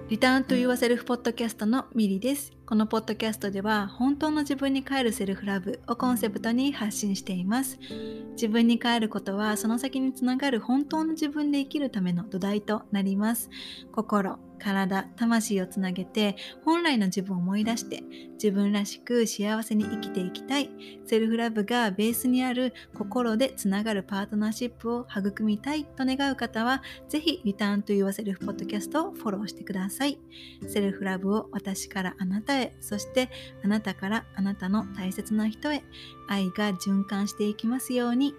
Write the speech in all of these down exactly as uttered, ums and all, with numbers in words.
リターントゥユアセルフポッドキャストのミリです。このポッドキャストでは本当の自分に帰るセルフラブをコンセプトに発信しています。自分に帰ることはその先につながる本当の自分で生きるための土台となります。心、体、魂をつなげて本来の自分を思い出して自分らしく幸せに生きていきたい。セルフラブがベースにある心でつながるパートナーシップを育みたいと願う方はぜひリターントゥユアセルフポッドキャストをフォローしてください。セルフラブを私からあなたへ、そしてあなたからあなたの大切な人へ、愛が循環していきますように。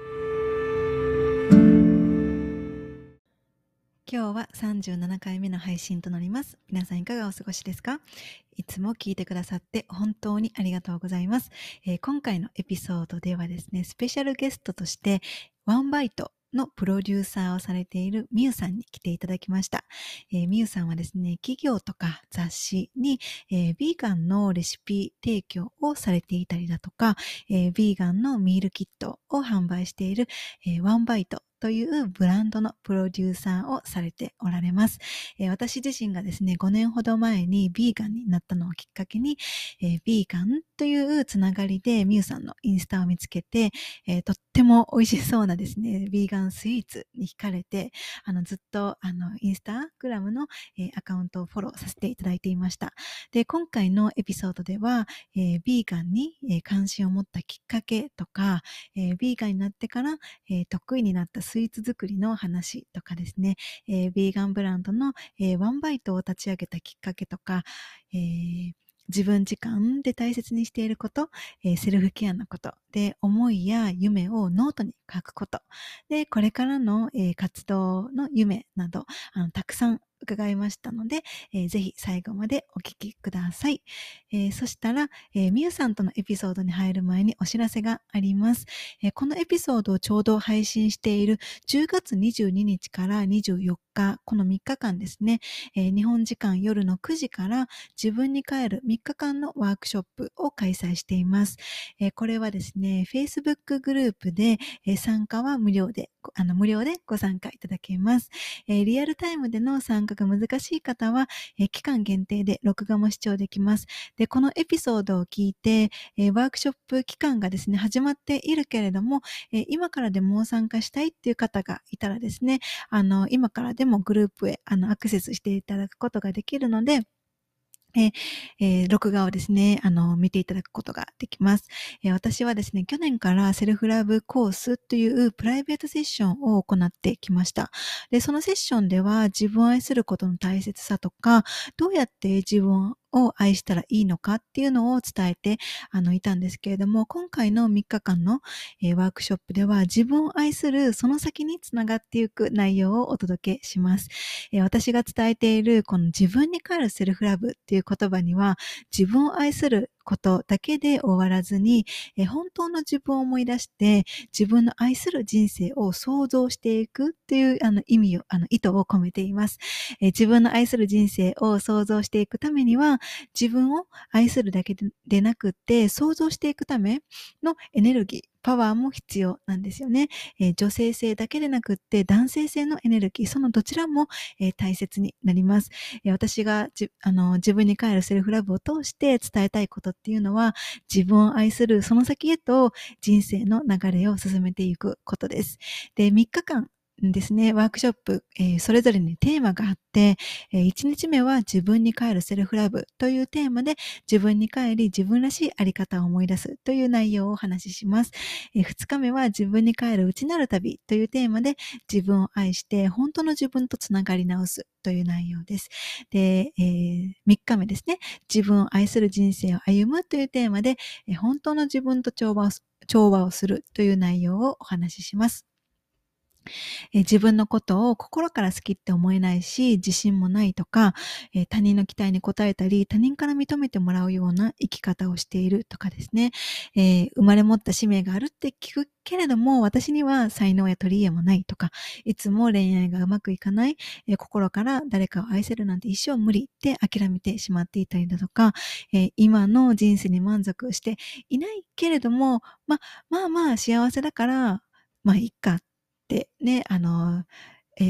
今日はさんじゅうななかいめの配信となります。皆さんいかがお過ごしですか？いつも聞いてくださって本当にありがとうございます。えー今回のエピソードではですね、スペシャルゲストとしてワンバイトのプロデューサーをされているみゆさんに来ていただきました。えーみゆさんはですね、企業とか雑誌に、えー、ビーガンのレシピ提供をされていたりだとか、えー、ビーガンのミールキットを販売している、えーワンバイトというブランドのプロデューサーをされておられます。えー私自身がですね、ごねんほど前にビーガンになったのをきっかけに、えービーガンというつながりでミュウさんのインスタを見つけて、えーとっても美味しそうなですね、ビーガンスイーツに惹かれて、あのずっとあのインスタグラムの、えーアカウントをフォローさせていただいていました。で、今回のエピソードでは、えービーガンに、えー関心を持ったきっかけとか、えービーガンになってからえー得意になったスイーツ作りの話とかですね、えー、ビーガンブランドの、えーワンバイトを立ち上げたきっかけとか、えー自分時間で大切にしていること、えーセルフケアのこと、で、思いや夢をノートに書くこと、で、これからの、えー活動の夢など、あのたくさん伺いましたので、えーぜひ最後までお聞きください。えーそしたら、えーみゆさんとのエピソードに入る前にお知らせがあります。えーこのエピソードをちょうど配信しているじゅうがつにじゅうににちからにじゅうよっか、このみっかかんですね、えー日本時間夜のくじから自分に帰るみっかかんのワークショップを開催しています。えーこれはですね、Facebook グループで、えー参加は無料で、あの無料でご参加いただけます。えーリアルタイムでの参加が難しい方は、えー期間限定で録画も視聴できます。で、このエピソードを聞いて、えーワークショップ期間がですね、始まっているけれども、えー今からでも参加したいっていう方がいたらですね、あの、今からでもグループへあのアクセスしていただくことができるので、えーえー録画をですね、あの、見ていただくことができます。えー私はですね、去年からセルフラブコースというプライベートセッションを行ってきました。で、そのセッションでは自分を愛することの大切さとか、どうやって自分を愛したらいいのかっていうのを伝えてあのいたんですけれども、今回のみっかかんの、えーワークショップでは自分を愛するその先につながっていく内容をお届けします。えー私が伝えているこの自分に帰るセルフラブっていう言葉には、自分を愛することだけで終わらずに、えー本当の自分を思い出して自分の愛する人生を想像していくっていうあの意味を、あの意図を込めています。えー自分の愛する人生を想像していくためには、自分を愛するだけでなくって想像していくためのエネルギー、パワーも必要なんですよね。えー女性性だけでなくって男性性のエネルギー、そのどちらも、えー大切になります。えー私がじあの自分に帰るセルフラブを通して伝えたいことっていうのは、自分を愛するその先へと人生の流れを進めていくことです。で、みっかかんですね、ワークショップ、えーそれぞれにテーマがあって、えーいちにちめは自分に帰るセルフラブというテーマで、自分に帰り自分らしいあり方を思い出すという内容をお話しします。えーふつかめは自分に帰る内なる旅というテーマで、自分を愛して本当の自分とつながり直すという内容です。で、えーみっかめですね、自分を愛する人生を歩むというテーマで、えー本当の自分と調和をす調和をするという内容をお話しします。えー自分のことを心から好きって思えないし、自信もないとか、えー他人の期待に応えたり、他人から認めてもらうような生き方をしているとかですね、えー生まれ持った使命があるって聞くけれども、私には才能や取り柄もないとか、いつも恋愛がうまくいかない、えー心から誰かを愛せるなんて一生無理って諦めてしまっていたりだとか、えー今の人生に満足していないけれども、ま、まあまあ幸せだから、まあいいかってね、あの、えー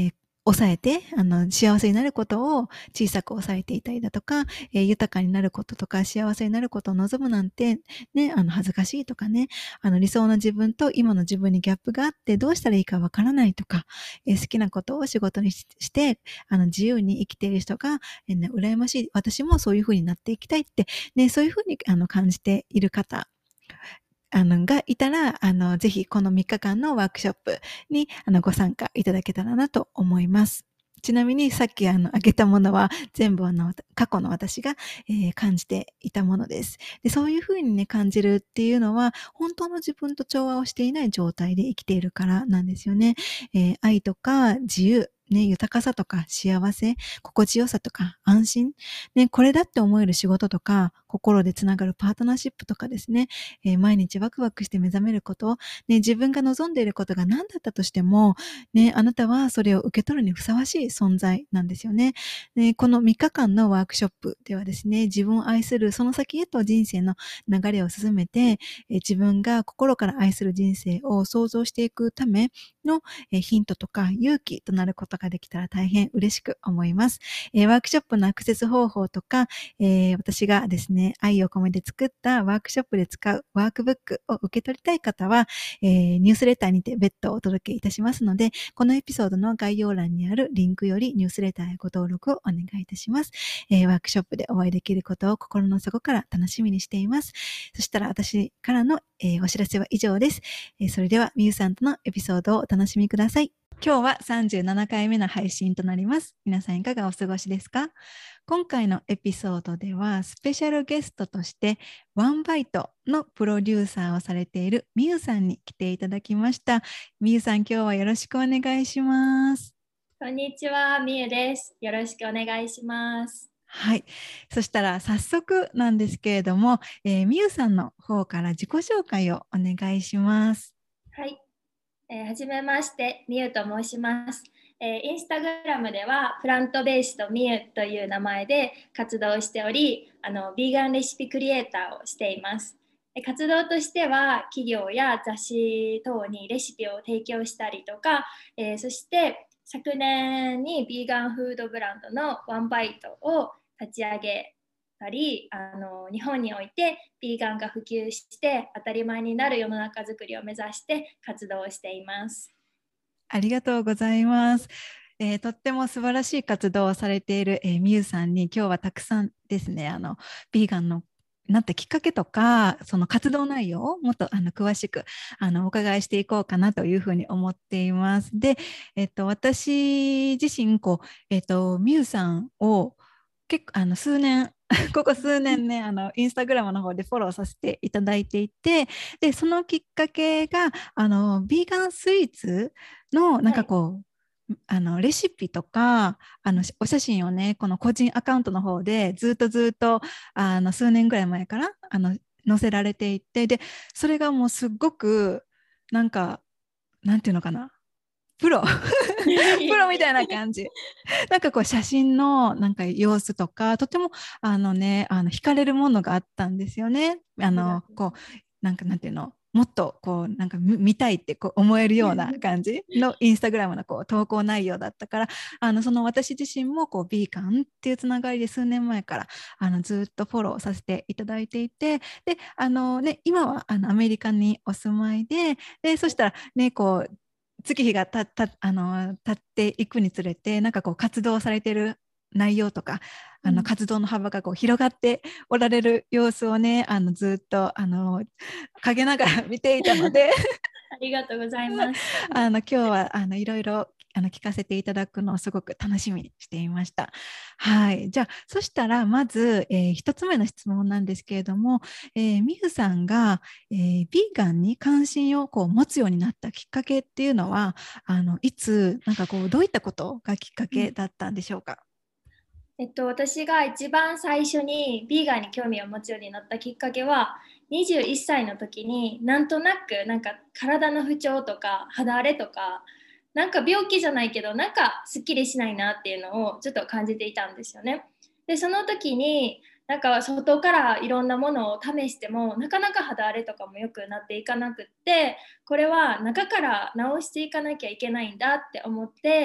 抑えて、あの、幸せになることを小さく抑えていたりだとか、えー豊かになることとか、幸せになることを望むなんて、ね、あの、恥ずかしいとかね、あの、理想の自分と今の自分にギャップがあって、どうしたらいいかわからないとか、えー好きなことを仕事にしして、あの、自由に生きている人が、えーね、羨ましい。私もそういう風になっていきたいって、ね、そういう風に、あの、感じている方、あの、がいたら、あの、ぜひこのみっかかんのワークショップに、あの、ご参加いただけたらなと思います。ちなみにさっきあの、挙げたものは全部あの、過去の私が、えー感じていたものです。で、そういうふうにね、感じるっていうのは、本当の自分と調和をしていない状態で生きているからなんですよね。えー愛とか自由、ね、豊かさとか幸せ、心地よさとか安心、ね、これだって思える仕事とか、心でつながるパートナーシップとかですね、えー毎日ワクワクして目覚めること、ね、自分が望んでいることが何だったとしても、ね、あなたはそれを受け取るにふさわしい存在なんですよね。ね、このみっかかんのワークショップではですね、自分を愛するその先へと人生の流れを進めて、えー自分が心から愛する人生を創造していくための、えーヒントとか勇気となることができたら大変嬉しく思います。えーワークショップのアクセス方法とか、えー私がですね、愛を込めて作ったワークショップで使うワークブックを受け取りたい方は、えーニュースレターにて別途お届けいたしますので、このエピソードの概要欄にあるリンクよりニュースレターへご登録をお願いいたします。えーワークショップでお会いできることを心の底から楽しみにしています。そしたら私からの、えーお知らせは以上です。えーそれではみゆさんとのエピソードをお楽しみください。今日はさんじゅうななかいめの配信となります。皆さんいかがお過ごしですか？今回のエピソードではスペシャルゲストとしてワンバイトのプロデューサーをされているみゆさんに来ていただきました。みゆさん、今日はよろしくお願いします。 こんにちは、みゆです。よろしくお願いします。 はい。そしたら早速なんですけれども、えー、みゆさんの方から自己紹介をお願いします。 はい。えーはじめまして、みゆと申します。えーインスタグラムでは、プラントベースとみゆという名前で活動しており、あの、ビーガンレシピクリエイターをしています。えー活動としては、企業や雑誌等にレシピを提供したりとか、えーそして昨年にビーガンフードブランドのワンバイトを立ち上げたり、あの日本においてビーガンが普及して当たり前になる世の中づくりを目指して活動をしています。 ありがとうございます。えーとっても素晴らしい活動をされている、えー、みゆさんに今日はたくさんですね、あの、ビーガンのなったきっかけとか、その活動内容をもっとあの詳しくあのお伺いしていこうかなというふうに思っています。で、えっと、私自身、こう、えっと、みゆさんを結構あの数年ここ数年ね、あのインスタグラムの方でフォローさせていただいていて、で、そのきっかけが、あの、ビーガンスイーツの、なんはい。 かこう、あの、レシピとか、あの、お写真をね、この個人アカウントの方で、ずっとずっと、あの、数年ぐらい前から、あの、載せられていて、で、それがもうすっごく、なんか、なんていうのかな、プロプロみたいな感じ。なんかこう写真のなんか様子とか、とてもあのね、あの惹かれるものがあったんですよね。あの、こう、なんかなんていうの、もっとこう、なんか見たいってこう思えるような感じのインスタグラムのこう投稿内容だったから、あの、その私自身もこう、ビーカンっていうつながりで数年前からあのずっとフォローさせていただいていて、で、あのね、今はあのアメリカにお住まいで、で、そしたらね、こう、月日がたたあの経っていくにつれて、なんかこう活動されてる内容とか、あの活動の幅がこう広がっておられる様子をね、あのずっとあの陰ながら見ていたのでありがとうございます。 あの今日はあのいろいろあの聞かせていただくのをすごく楽しみにしていました。はい。じゃあ、そしたらまず、えー、一つ目の質問なんですけれども、えー、みゆさんが、えー、ビーガンに関心をこう持つようになったきっかけっていうのは、あのいつ、なんかこう、どういったことがきっかけだったんでしょうか？ えっと、私が一番最初にビーガンに興味を持つようになったきっかけはにじゅういっさいの時になんとなくなんか体の不調とか肌荒れとかなんか病気じゃないけどなんかすっきりしないなっていうのをちょっと感じていたんですよね。でその時になんか外からいろんなものを試してもなかなか肌荒れとかも良くなっていかなくってこれは中から治していかなきゃいけないんだって思って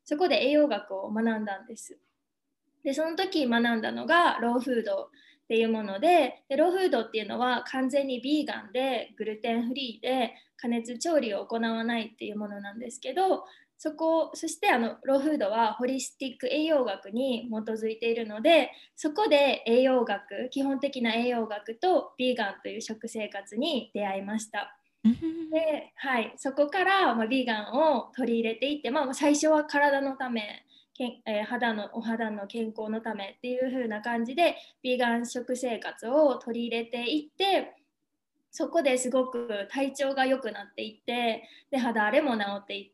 そこで栄養学を学んだんです。でその時学んだのがローフードっていうもので、でローフードっていうのは完全にビーガンでグルテンフリーで加熱調理を行わないっていうものなんですけど、そこそしてあのローフードはホリスティック栄養学に基づいているので、そこで栄養学、基本的な栄養学とビーガンという食生活に出会いました。で、はい、そこから、まあ、ビーガンを取り入れていって、まあ、最初は体のため、けんえー、肌のお肌の健康のためっていう風な感じでビーガン食生活を取り入れていって、そこですごく体調が良くなっていって、で肌荒れも治っていって、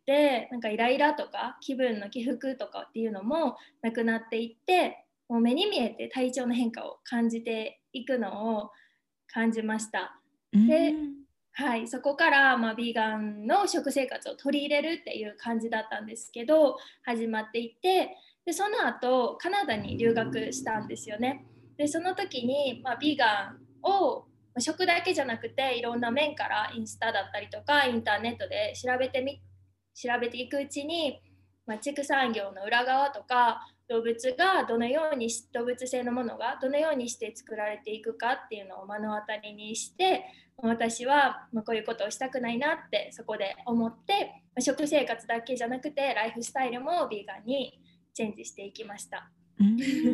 なんかイライラとか気分の起伏とかっていうのもなくなっていって、もう目に見えて体調の変化を感じていくのを感じました。 うで、 んはい、そこから、まあ、ビーガンの食生活を取り入れるっていう感じだったんですけど、始まっていって、でその後カナダに留学したんですよね。でその時に、まあ、ビーガンを食だけじゃなくていろんな面からインスタだったりとかインターネットで調べてみ調べていくうちに、まあ、畜産業の裏側とか動物がどのように動物性のものがどのようにして作られていくかっていうのを目の当たりにして、私はこういうことをしたくないなってそこで思って、食生活だけじゃなくてライフスタイルもビーガンにチェンジしていきました。 うん、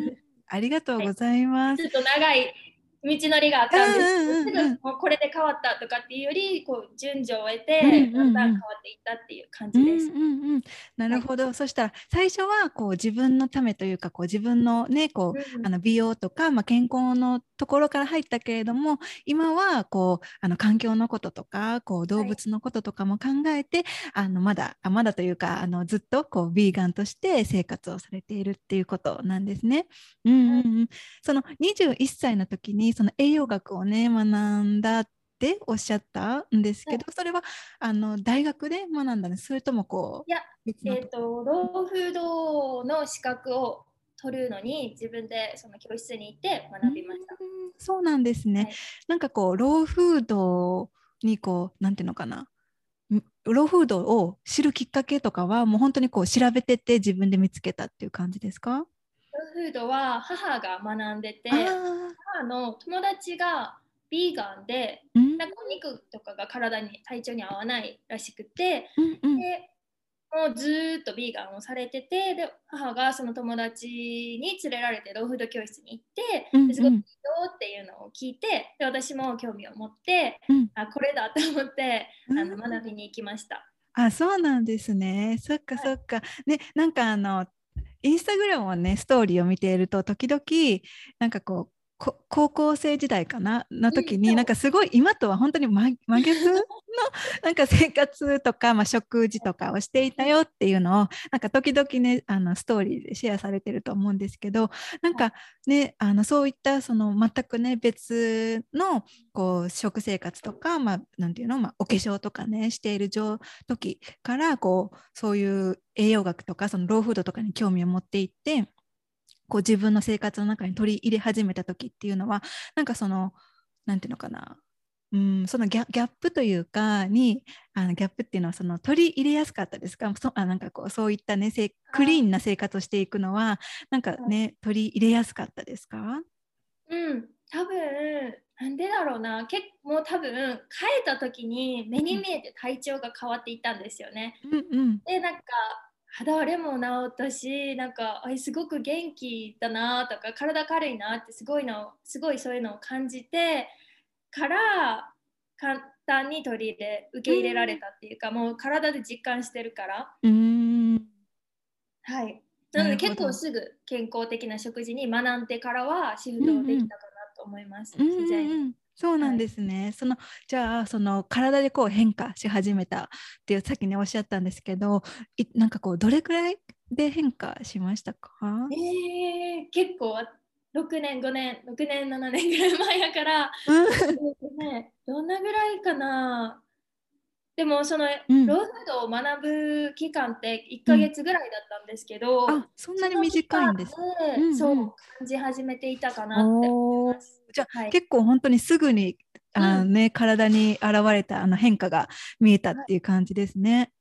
ありがとうはい、 ございます。 ちょっと長い道のりがあっうんたんですけど、すうんうんうん。 ぐもうこれで変わったとかっていうより、こう順序を得うんてだんだん変わうんうん。 っていったっていう感うんじです。 うんうん、なはい。 るほど。そしたら最初はこう自分のためというかこう自分のねこううん、 あの美容とか、まあ、健康のところから入ったけれども、今はこうあの環境のこととかこう動はい。 物のこととかも考えて、あのまだあまだというかあのずっとこうビーガンとして生活をされているっていうことなんですね。うんうんうん。そのにじゅういっさいの時にその栄養学をね学んだっておっしゃったんですはい。 けど、それはあの大学で学んだんです？それともこいや、 う別のとこ？ えっと、ローフードの資格を取るのに自分でその教室に行ってうーん、 学びました。 そうなんですね。 はい。 なんかこうローフードにこうなんていうのかな、んローフードを知るきっかけとかはもう本当にこう調べてって自分で見つけたっていう感じですか？ ローフードは母が学んであて、 あ母の友達がビーガンで、 ー、うん、 なんかお肉とかが体に体調に合わないらしくて、 うんうんでもうずーっとビーガンをされてて、で母がその友達に連れられてローフード教室に行って、ですごいいいうんうんよっていうのを聞いて、で私も興味を持って、 うん、 あこれだと思ってうん、 あの学びに行きました。 あ、そうなんですね。そっかはい。 そっか。ね、なんかあの、インスタグラムをね、ストーリーを見ていると、時々、なんかこう、こ高校生時代かなのうん、 時に、なんそう。 かすごい今とは本当に真、真逆のなんか生活とか、まあ、食事とかをしていたよっていうのを、なんか時々ね、あのストーリーでシェアされてると思うんですけど、なんかね、あのそういったその全くね、別のこう食生活とか、まあ、なんていうの、まあ、お化粧とかね、している状時からこうそういう栄養学とかそのローフードとかに興味を持っていってこう自分の生活の中に取り入れ始めた時っていうのはなんかそのなんていうのかな、うん、そのギャギャップというかにあのギャップっていうのはその取り入れやすかったですか？そあなんかこうそういったねクリーンな生活をしていくのはなんかはい。 ね取り入れやすかったですか？ うん、多分なんでだろうな、結構もう多分帰った時に目に見えて体調が変わっていったんですよね。 うんうんで、なんか肌荒れも治ったし、なんかあすごく元気だなとか体軽いなってすごいのすごいそういうのを感じてから簡単に取り入れ受うけ入れられんたっていうか、もう体で実感してるから、 うん、うーん、 はい。なので結なるほど。 構すぐ健康的な食事に学んでからはシフトうんうんできたかなと思います。 うん自然に。 うんうん、そうなんはい。 ですね。そのじゃあその体でこう変化し始めたっていうさっきねおっしゃったんですけど、いなんかこうどれくらいで変化しましたか？ えー、結構ろくねん、ごねん、ろくねん、ななねんぐらい前やから、 うんえっとね、どんなぐらいかな。でもそのうんローフードを学ぶ期間って1ヶうん、 月ぐらいだったんですけど、 あ、そんなそにの期間短いんです。うでそうんうん。 感じ始めていたかなって思いおお、 ます。 じゃあはい。 結構本当にすぐにうん。 あのね体に現れたあの変化が見えたっていう感じですね。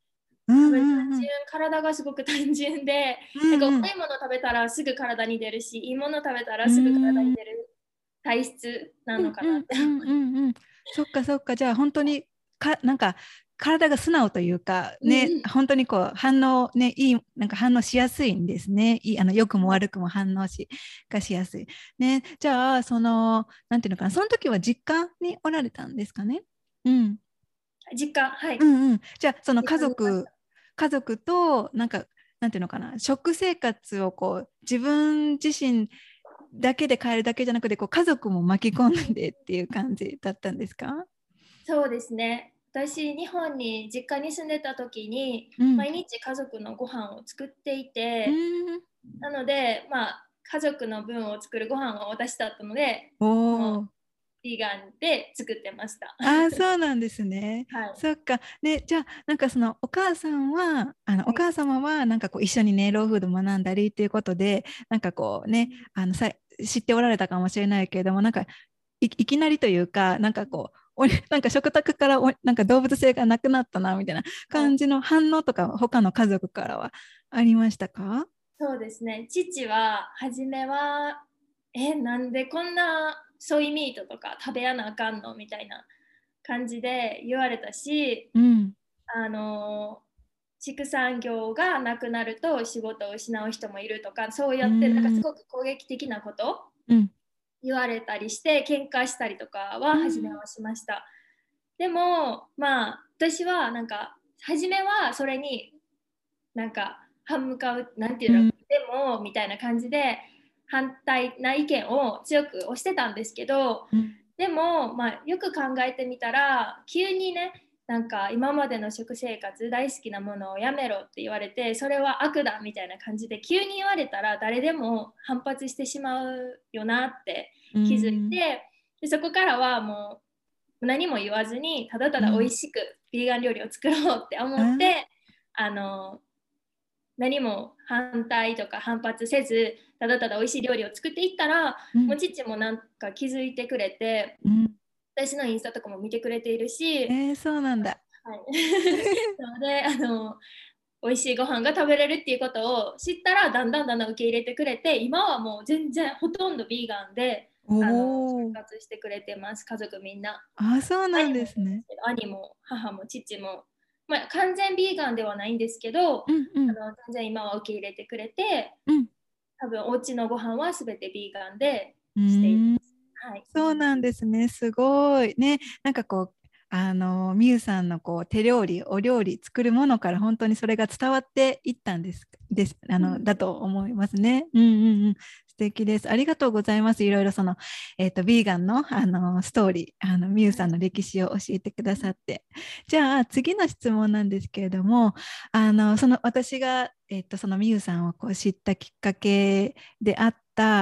うん多分単うんうん。 純、体がすごく単純で、なんかうんうん。 悪いもの食べたらすぐ体に出るし、いいもの食べたうらすぐ体ーん。 に出る体質なうんのかなって。 うんうんうんうん。そっかそっか。じゃあ本当にか、なんか体が素直というか、ね、 うんうん本当にこう反応ね、いい、なんか反応しやすいんですね。いい、あの、良くもはい、 悪くも反応し、がしやすい。ね、じゃあ、その、なんていうのかな、その時は実家におられたんですかね。うん。 実家、はい、 うんうん。じゃあ、その実家族、 家にいました。 家族と、なんか、なんていうのかな、食生活をこう、自分自身だけで変えるだけじゃなくて、こう、家族も巻き込んでっていう感じだったんですか？ そうですね。私、日本に実家に住んでた時に、 うん。 毎日家族のご飯を作っていうて、 ーん。 なので、まあ、家族の分を作るご飯は私だったので、 おもう、 ー。 ビーガンで作ってました。 ああ、そうなんですね。 はい。 そっか。ね、じゃあ、なんかそのお母さんは、あの、おはい。 母様は、なんかこう、一緒にね、ローフード学んだりっていうことで、なんかこうね、あの、さ、知っておられたかもしれないけれども、なんか、い、いきなりというか、なんかこう、お、なんか食卓からお、なんか動物性がなくなったな、みたいなはい、 感じの反応とか、他の家族からはありましたか？ そうですね。父は、初めは、え、なんでこんなソイミートとか食べやなあかんのみたいな感じで言われたし、 うん。 あの、畜産業がなくなると仕事を失う人もいるとか、そううやってなんかすん。 ごく攻撃的なことうん。 言われたりして喧嘩したりとかは初めうん。 はしました。でもまあ私はなんか初めはそれになんか歯向かうなんていうの、 うん。 でもみたいな感じで反対な意見を強く推してたんですけど、 うん。 でも、まあ、よく考えてみたら急にね、なんか今までの食生活大好きなものをやめろって言われて、それは悪だみたいな感じで急に言われたら誰でも反発してしまうよなってう気づいん。 て、でそこからはもう何も言わずにただただ美うん。 味しくビーガン料理を作ろうって思っあて、あの何も反対とか反発せず、ただただ美味しい料理を作っていったら、 うん。 もう父もなんか気づいてくれて、 うん。 私のインスタとかも見てくれているし、 えー、そうなんだ。 はい、なのであの美味しいご飯が食べれるっていうことを知ったら、だんだんだんだん受け入れてくれて、今はもう全然ほとんどビーガンでおあの生お。 活してくれてます、家族みんな。 あ、そうなん兄もいるんですね。 ですけど、兄も母も父も、まあ、完全ビーガンではないんですけど、 うんうん。 あの全然今は受け入れてくれて、 うん。 多分お家のご飯はすべてビーガンでうしていーん。 ます。はい。 そうなんですね。すごい。ね。なんかこう、あの、みゆさんのこう手料理、お料理、作るものから本当にそれが伝わっていったんです、です、あの、 うん、 だと思いますね。うんうんうん。素敵です。ありがとうございます。いろいろその、えっと、ビーガンの、あの、ストーリー、あの、みゆさんの歴史を教えてくださって。じゃあ、次の質問なんですけれども、あの、その、私が、えっと、そのみゆさんをこう知ったきっかけであった、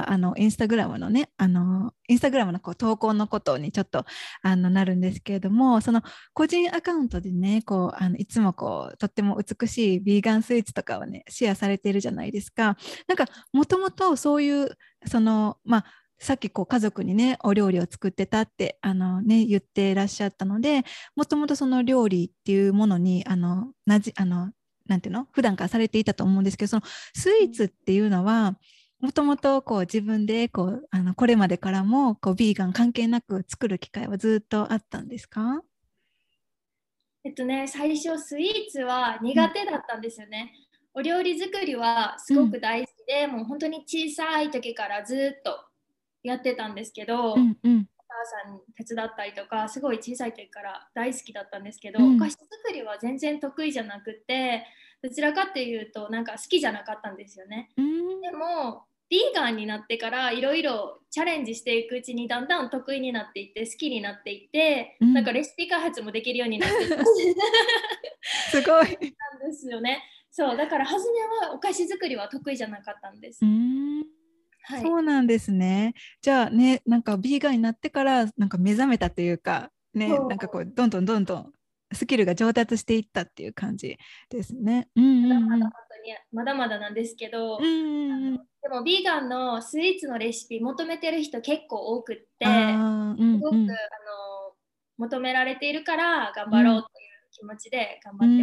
あの、インスタグラムのね、あの、インスタグラムのこう投稿のことにちょっと、あの、なるんですけれども、その個人アカウントでね、こう、あの、いつもこう、とっても美しいビーガンスイーツとかをね、シェアされているじゃないですか。なんか、もともとそういう、その、まあ、さっきこう家族にね、お料理を作ってたって、あのね、言ってらっしゃったので、もともとその料理っていうものに、あの、なじ、あの、なんていうの普段からされていたと思うんですけど、そのスイーツっていうのは、もともとこう自分でこうあのこれまでからもこうビーガン関係なく作る機会はずっとあったんですか？ えっとね、最初スイーツはうん。 苦手だったんですよね。お料理作りはすうん。 ごく大好きで、もう本当に小さい時からずっとやってたんですけど、おうん。うん。 母さんに手伝ったりとか、すごい小さい時から大好きだったんですけど、お菓うん。 子作りは全然得意じゃなくて、どちらかっていうとなんか好きじゃなかったんですよね。 うでん。 もビーガンになってからいろいろチャレンジしていくうちにだんだん得意になっていって好きになっていって、 うん。 なんかレシピ開発もできるようになってたんすごい。 ですよね。そうだから初めはお菓子作りは得意じゃなかったんです。 うん。 はい。 そうなんですね。じゃあね、なんかビーガンになってからなんか目覚めたというか、ね、なんかこそううどんどんどんどんスキルが上達していったっていう感じですね。うんうんうん。 本当にまだまだなんですけど、 うんうんうん。 でもビーガンのスイーツのレシピ求めてる人結構多くって、 ああ、うすごくあんうん。 の求められているから頑うん張ろうという気持ちで頑張ってまうん。 す。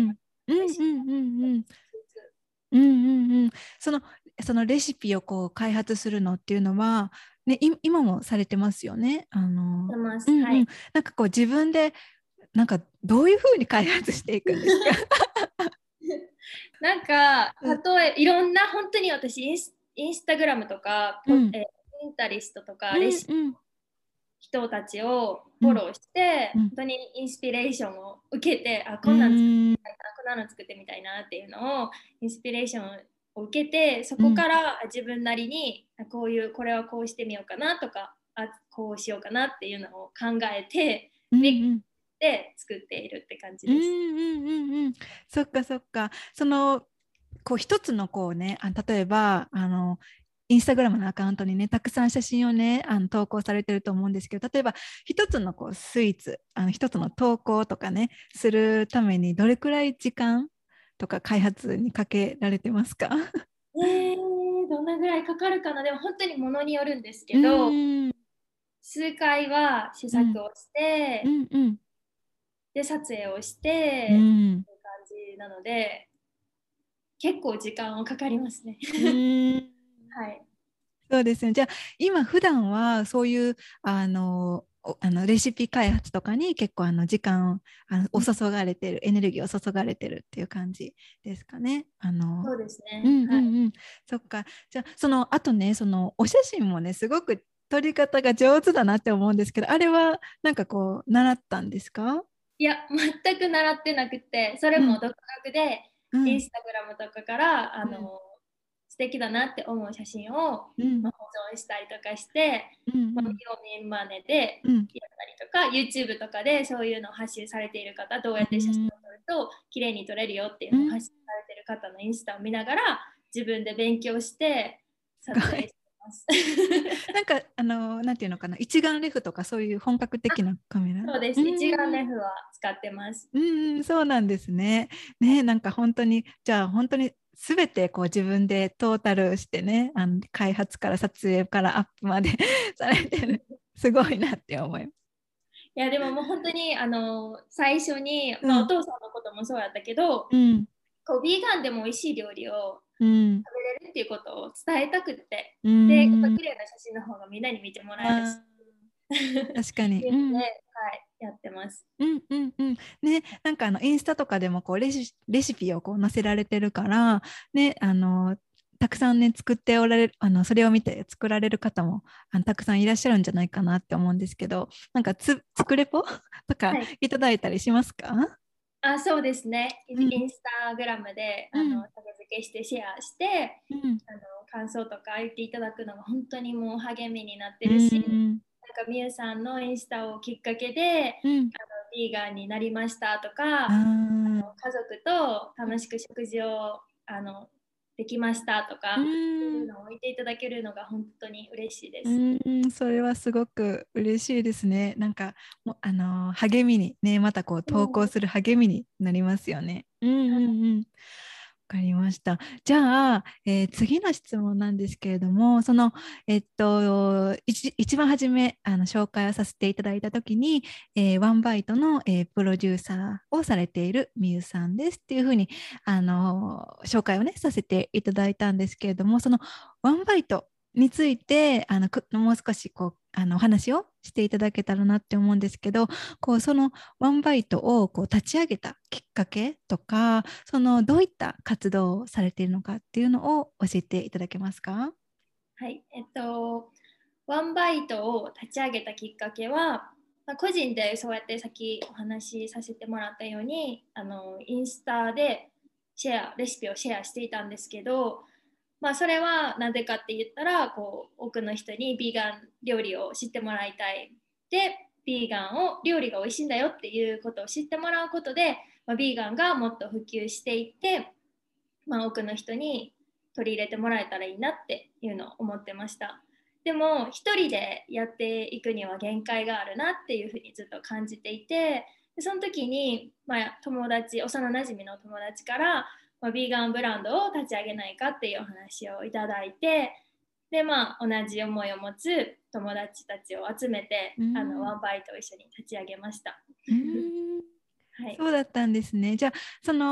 うんうんうんうんうんうんうん。その、そのレシピをこう開発するのっていうのは、ね、い今もされてますよね。あの、 してます。 うんうん。 はい。 なんかこう自分で、なんかどういうふうに開発していくんですか？ なんか、 うん、 例え、いろんな、本当に私、インス、インスタグラムとか、ポうんえーピンタリストとか、レうんシピうん人たちをうんフォローして、 うん本当にインスピレーションを受けて、あ、 うこんなん作ってんみたいな、こんなの作ってみたいなっていうのを、インスピレーションを受けて、そこうんから自分なりに、あこういう、これはこうしてみようかなとか、あ、こうしようかなっていうのを考えて、 うんミックうんスで作っているって感じうんです。 うんうんうん。そっかそっか。そのこう一つのこうね、あ、例えばあのインスタグラムのアカウントにね、たくさん写真をね、あの投稿されてると思うんですけど、例えば一つのこうスイーツ、あの一つの投稿とかね、するためにどれくらい時間とか開発にかけられてますか？ えー、どんなぐらいかかるかな。でも本当にものによるんですうけど、 ーん、 数回は試うん、 作をして、 うん、うん、 で、撮影をしうて、 ん、 っていう感じなので、結構時間はかかりますね。 うーん。 はい。 そうですね。じゃあ、今普段はそういうあのおあのレシピ開発とかに結構あの時間をあのを注がれてる、エネルギーを注がれてるっていう感じですかね。あの、 そうですうんね。はい。 うんうん。そっか。じゃあ、その、あとね、そのお写真もね、すごく撮り方が上手だなって思うんですけど、あれはなんかこう、習ったんですか？ いや、全く習ってなくて、それうん、 も独学で、 うん、 インスタグラムとかから、あうん、 の、素敵だなって思う写真を、 うん、 まあ、保存したりとかして、 うん、うまあ、 ん、 見よう見まねでうん、 やったりとか、YouTube とかでそういうのを発信されている方、どうやって写真をうん、 撮ると綺麗に撮れるよっていううん、 のを発信されている方のインスタを見ながら、自分で勉強してすごい。 撮影してます。 なんか、あの、なんていうのかな、一眼レフとかそういう本格的なカメラ。 そうです。一眼うん、 レフは使ってます。 うん、そうなんですね。ね、なんか本当に、じゃあ本当にすべてこう自分でトータルしてね、あの開発から撮影からアップまでされてる。すごいなって思います。 いやでももう本当にあの最初に、まあ、おうん、 父さんのこともそうやったけど、 うん、 こうビーガンでも美味しい料理をうん、 食べれるっていうことを伝えたくって、 うでやっぱん、 綺麗な写真の方がみんなに見てもらえるしあー確かに。 っていうので、 うん。 はい、やってます。 うんうんうん。ね、なんかあのインスタとかでもこうレシ、レシピをこう載せられてるから、ね、あの、たくさんね、作っておられる、あの、それを見て作られる方もあのたくさんいらっしゃるんじゃないかなって思うんですけど、なんかつ、作レポとかはい、 いただいたりしますか？ あ、そうですね。イうん、 インスタグラムであのうん、 タグ付けしてシェアして、 うん、 あの感想とか言っていただくのが本当にもう励みになってうるし、 ん、 なんかみゆさんのインスタをきっかけでうん、 あのビーガンになりましたとか、 あー、 家族と楽しく食事をあのできましたとうか、そういうん、 のを言っていただけるのが本当に嬉しいでうす。 ん、それはすごく嬉しいですね。なんか、もうあのー励みにね、またこううん、 投稿する励みになりますよね。うんうんうん。わかりました。じゃあ、えー次の質問なんですけれども、その、えっと、一一番初めあの紹介をさせていただいたときに、えーワンバイトの、えープロデューサーをされているみゆさんですっていうふうに、あの紹介をね、させていただいたんですけれども、そのワンバイトについてあのくもう少しこうあのお話をしていただけたらなって思うんですけど、こうそのワンバイトをこう立ち上げたきっかけとか、そのどういった活動をされているのかっていうのを教えていただけますか？ はい、えっと、ワンバイトを立ち上げたきっかけは、まあ、個人でそうやってさっきお話しさせてもらったように、あのインスタでシェア、レシピをシェアしていたんですけど、まあ、それはなぜかって言ったら、こう多くの人にビーガン料理を知ってもらいたい。で、ビーガンを料理が美味しいんだよっていうことを知ってもらうことで、まあ、ビーガンがもっと普及していって、まあ、多くの人に取り入れてもらえたらいいなっていうのを思ってました。でも一人でやっていくには限界があるなっていうふうにずっと感じていて、でその時に、まあ、友達幼なじみの友達から、まあ、ビーガンブランドを立ち上げないかっていうお話をいただいて、でまあ同じ思いを持つ友達たちを集めてうーん、 あのワンバイトを一緒に立ち上げました。 うーん、 はい。 そうだったんですね。じゃあ、その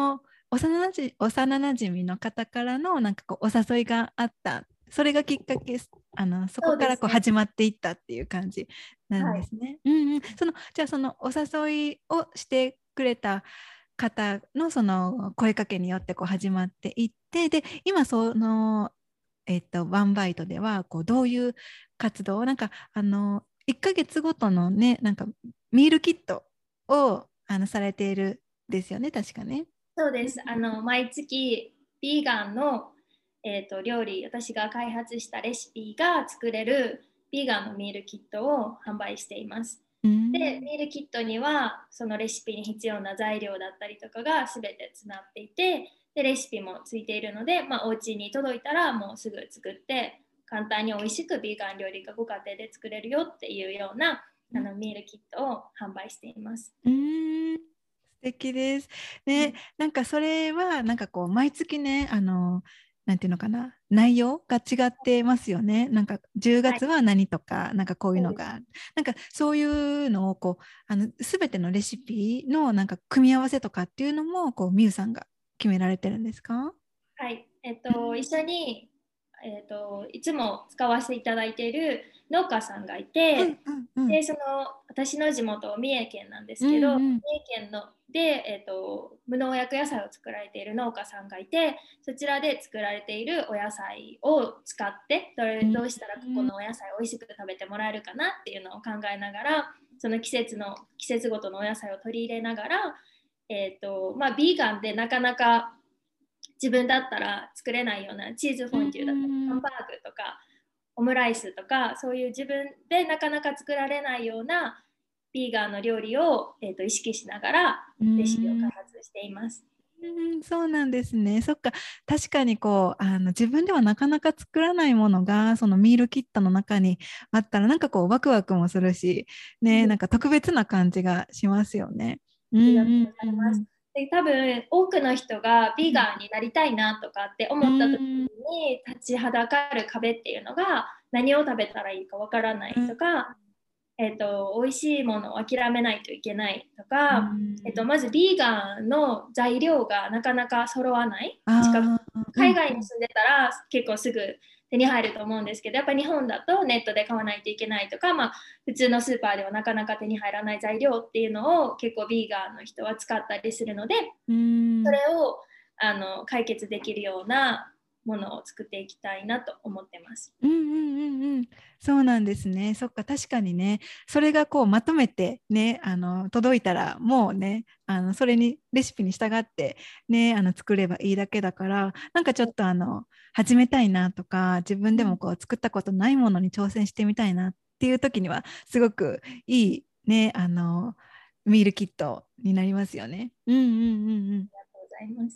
幼なじ、幼なじみの方からのなんかこうお誘いがあった。それがきっかけ、あの、そこからこうそうですね。 始まっていったっていう感じなんはい。 ですね。うんうん。その、じゃあそのお誘いをしてくれた方のその声かけによってこう始まっていって、で、今その、えっと、ワンバイトではこうどういう活動、なんかあの、いっかげつごとのね、なんかミールキットをあのされているですよね、確かね。 そうです。あの、毎月、ビーガンの、えーと、料理、私が開発したレシピが作れるビーガンのミールキットを販売しています。 うで、 ん。 ミールキットには、そのレシピに必要な材料だったりとかが全て詰まっていて、で、レシピもついているので、まあ、お家に届いたらもうすぐ作って、簡単に美味しくビーガン料理がご家庭で作れるよっていうようなあのミールキットを販売しています。 うん、素敵です。ね、 うん、 なんかそれは、なんかこう、毎月ね、あの、なんていうのかな、内容が違ってますよね。なんか10 はい、 月は何とか、なんかこういうそうです。 のが、なんかそういうのをこう、あの、すべてのレシピのなんか組み合わせとかっていうのも、こう、みゆさんが決められてるんですか？ はい、えっと、 うん一緒に、えっと、いつも使わせていただいている農家さんがいうんて、 うんうん。 で、その、私の地元、三重県なんですうけど、三んうん。 重県ので、えっと、無農薬野菜を作られている農家さんがいて、そちらで作られているお野菜を使って、どれうんどうしたらここのお野菜を美味しく食べてもらえるかなっていうのを考えながら、その季節の、季節ごとのお野菜を取り入れながら、えっと、まあ、ビーガンでなかなか自分だったら作れないようなチーズフうォンデュだったりハンんバーグとかオムライスとかそういう自分でなかなか作られないようなビーガンの料理を、えーと、意識しながらうレシピを開ん。 発しています。 うん、そうなんですね。そっか。確かにこう、あの、自分ではなかなか作らないものが、そのミールキットの中にあったら、なんかこう、ワクワクもするし、ね、なんか特別な感じがしますよね。うんありがとううんございます。 うんで多分多くの人がビーうん。 ガンになりたいなとかってう思った時んに立ちはだかる壁っていうのが何を食べたらいいかわからないうんとか、えっと、美味しいものを諦めないといけないとうか、えっと、 ん。 まずビーガンの材料がなかなか揃わない近く、 ああ、う海んうん外に住んでたら結構すぐ手に入ると思うんですけど、やっぱ日本だとネットで買わないといけないとか、まあ、普通のスーパーではなかなか手に入らない材料っていうのを結構ビーガンの人は使ったりするので、 うんそれをあの解決できるようなものを作っていきたいなと思ってます。 うんうんうんうん。そうなんですね。そっか、確かにね、それがこうまとめてね、あの、届いたら、もうね、あの、それに、レシピに従ってね、あの、作ればいいだけだから、なんかちょっとあの、始めたいなとか、自分でもこう、作ったことないものに挑戦してみたいなっていう時には、すごくいいね、あの、ミールキットになりますよね。うんうんうんうん。 ありがとうございます。